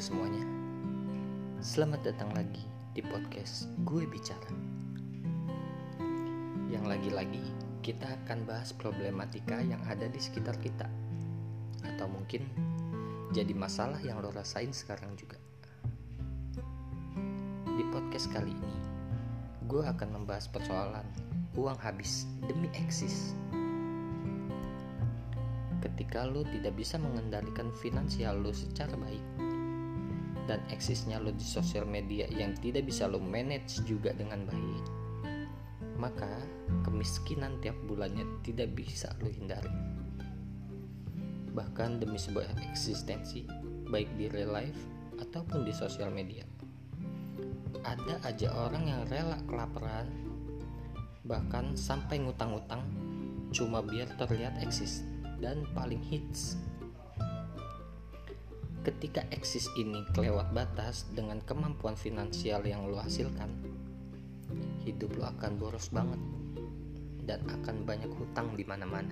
semuanya. Selamat datang lagi di podcast Gue Bicara. Yang lagi-lagi kita akan bahas problematika yang ada di sekitar kita, atau mungkin jadi masalah yang lo rasain sekarang juga. Di podcast kali ini, gue akan membahas persoalan uang habis demi eksis. Ketika lo tidak bisa mengendalikan finansial lo secara baik, dan eksisnya lo di sosial media yang tidak bisa lo manage juga dengan baik, maka kemiskinan tiap bulannya tidak bisa lo hindari. Bahkan demi sebuah eksistensi, baik di real life ataupun di sosial media, ada aja orang yang rela kelaparan, bahkan sampai ngutang-ngutang cuma biar terlihat eksis dan paling hits. Ketika eksis ini kelewat batas dengan kemampuan finansial yang lo hasilkan, hidup lo akan boros banget dan akan banyak hutang di mana-mana.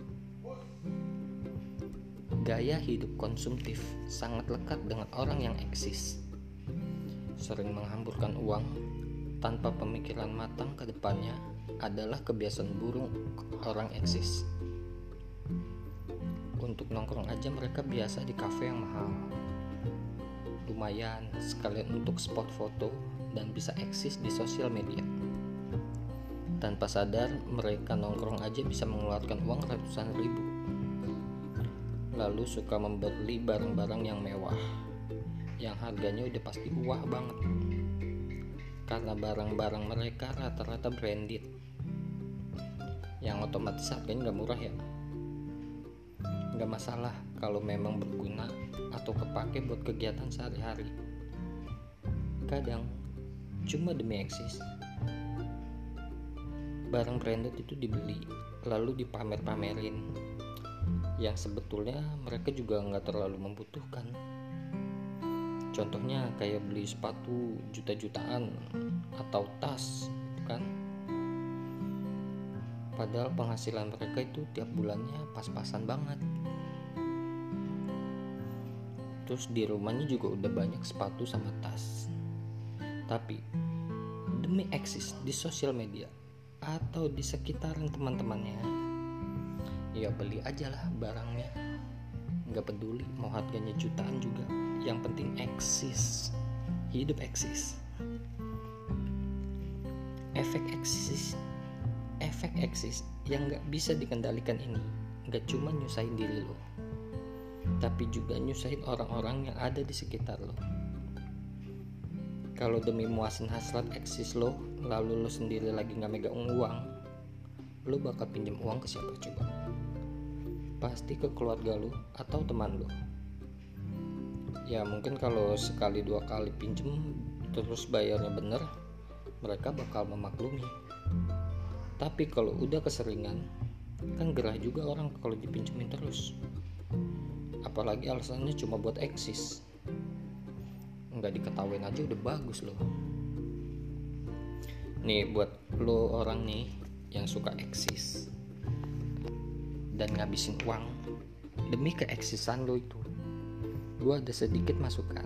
Gaya hidup konsumtif sangat lekat dengan orang yang eksis. Sering menghamburkan uang tanpa pemikiran matang ke depannya adalah kebiasaan buruk orang eksis. Untuk nongkrong aja mereka biasa di kafe yang mahal. Lumayan sekalian untuk spot foto dan bisa eksis di sosial media. Tanpa sadar mereka nongkrong aja bisa mengeluarkan uang ratusan ribu. Lalu suka membeli barang-barang yang mewah, yang harganya udah pasti wah banget. Karena barang-barang mereka rata-rata branded, yang otomatis harganya gak murah ya. Gak masalah kalau memang berguna atau kepake buat kegiatan sehari-hari. Kadang cuma demi eksis, barang branded itu dibeli lalu dipamer-pamerin, yang sebetulnya mereka juga gak terlalu membutuhkan. Contohnya kayak beli sepatu juta-jutaan atau tas, kan? Padahal penghasilan mereka itu tiap bulannya pas-pasan banget. Terus di rumahnya juga udah banyak sepatu sama tas. Tapi demi eksis di sosial media atau di sekitaran teman-temannya, ya beli aja lah barangnya. Gak peduli mau harganya jutaan juga, yang penting eksis. Hidup eksis. Efek eksis yang gak bisa dikendalikan ini gak cuma nyusahin diri lo, tapi juga nyusahin orang-orang yang ada di sekitar lo. Kalau demi muasin hasrat eksis lo, lalu lo sendiri lagi gak megang uang, lo bakal pinjam uang ke siapa coba? Pasti ke keluarga lo atau teman lo. Ya mungkin kalau sekali dua kali pinjem terus bayarnya bener, mereka bakal memaklumi. Tapi kalau udah keseringan, kan gerah juga orang kalau dipinjemin terus. Apalagi alasannya cuma buat eksis. Nggak diketawain aja udah bagus loh. Nih buat lo orang nih yang suka eksis dan ngabisin uang demi keeksisan lo itu, gue ada sedikit masukan.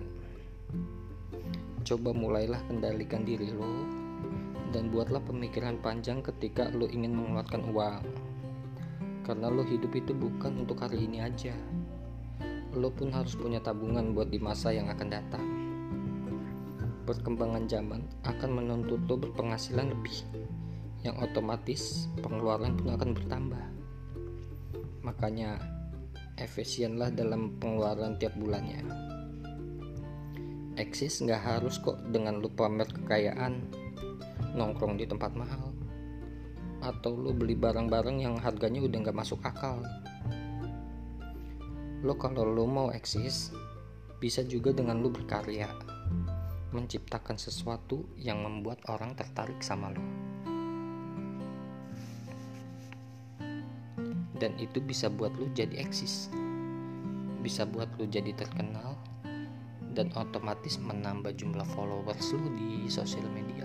Coba mulailah kendalikan diri lo dan buatlah pemikiran panjang ketika lo ingin mengeluarkan uang. Karena lo hidup itu bukan untuk hari ini aja. Lo pun harus punya tabungan buat di masa yang akan datang. Perkembangan zaman akan menuntut lo berpenghasilan lebih, yang otomatis pengeluaran pun akan bertambah. Makanya efisienlah dalam pengeluaran tiap bulannya. Eksis gak harus kok dengan lo pamer kekayaan, nongkrong di tempat mahal, atau lo beli barang-barang yang harganya udah gak masuk akal. Lo kalau lo mau eksis, bisa juga dengan lo berkarya, menciptakan sesuatu yang membuat orang tertarik sama lo. Dan itu bisa buat lo jadi eksis, bisa buat lo jadi terkenal, dan otomatis menambah jumlah followers lo di sosial media.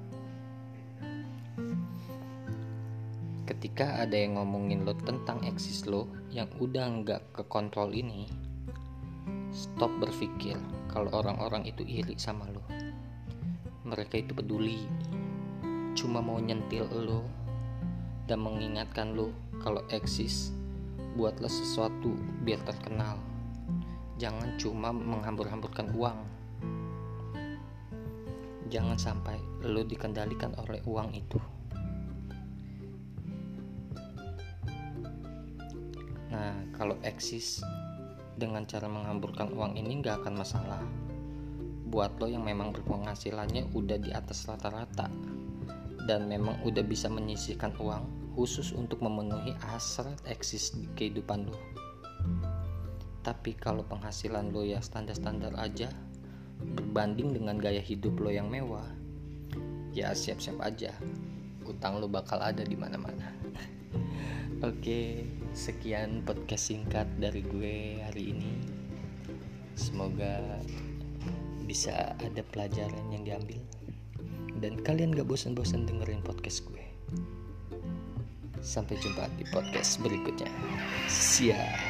Ketika ada yang ngomongin lo tentang eksis lo yang udah nggak kekontrol ini, Stop berpikir kalau orang-orang itu iri sama lo. Mereka itu peduli, cuma mau nyentil lo dan mengingatkan lo kalau eksis. Buatlah sesuatu biar terkenal. Jangan cuma menghambur-hamburkan uang. Jangan sampai lo dikendalikan oleh uang itu. Nah, kalau eksis dengan cara menghamburkan uang ini gak akan masalah. Buat lo yang memang berpenghasilannya udah di atas rata-rata dan memang udah bisa menyisihkan uang khusus untuk memenuhi hasrat eksis di kehidupan lo. Tapi kalau penghasilan lo ya standar-standar aja berbanding dengan gaya hidup lo yang mewah, ya siap-siap aja utang lo bakal ada di mana-mana. Oke, sekian podcast singkat dari gue hari ini. Semoga bisa ada pelajaran yang diambil dan kalian gak bosan-bosan dengerin podcast gue. Sampai jumpa di podcast berikutnya. Siap.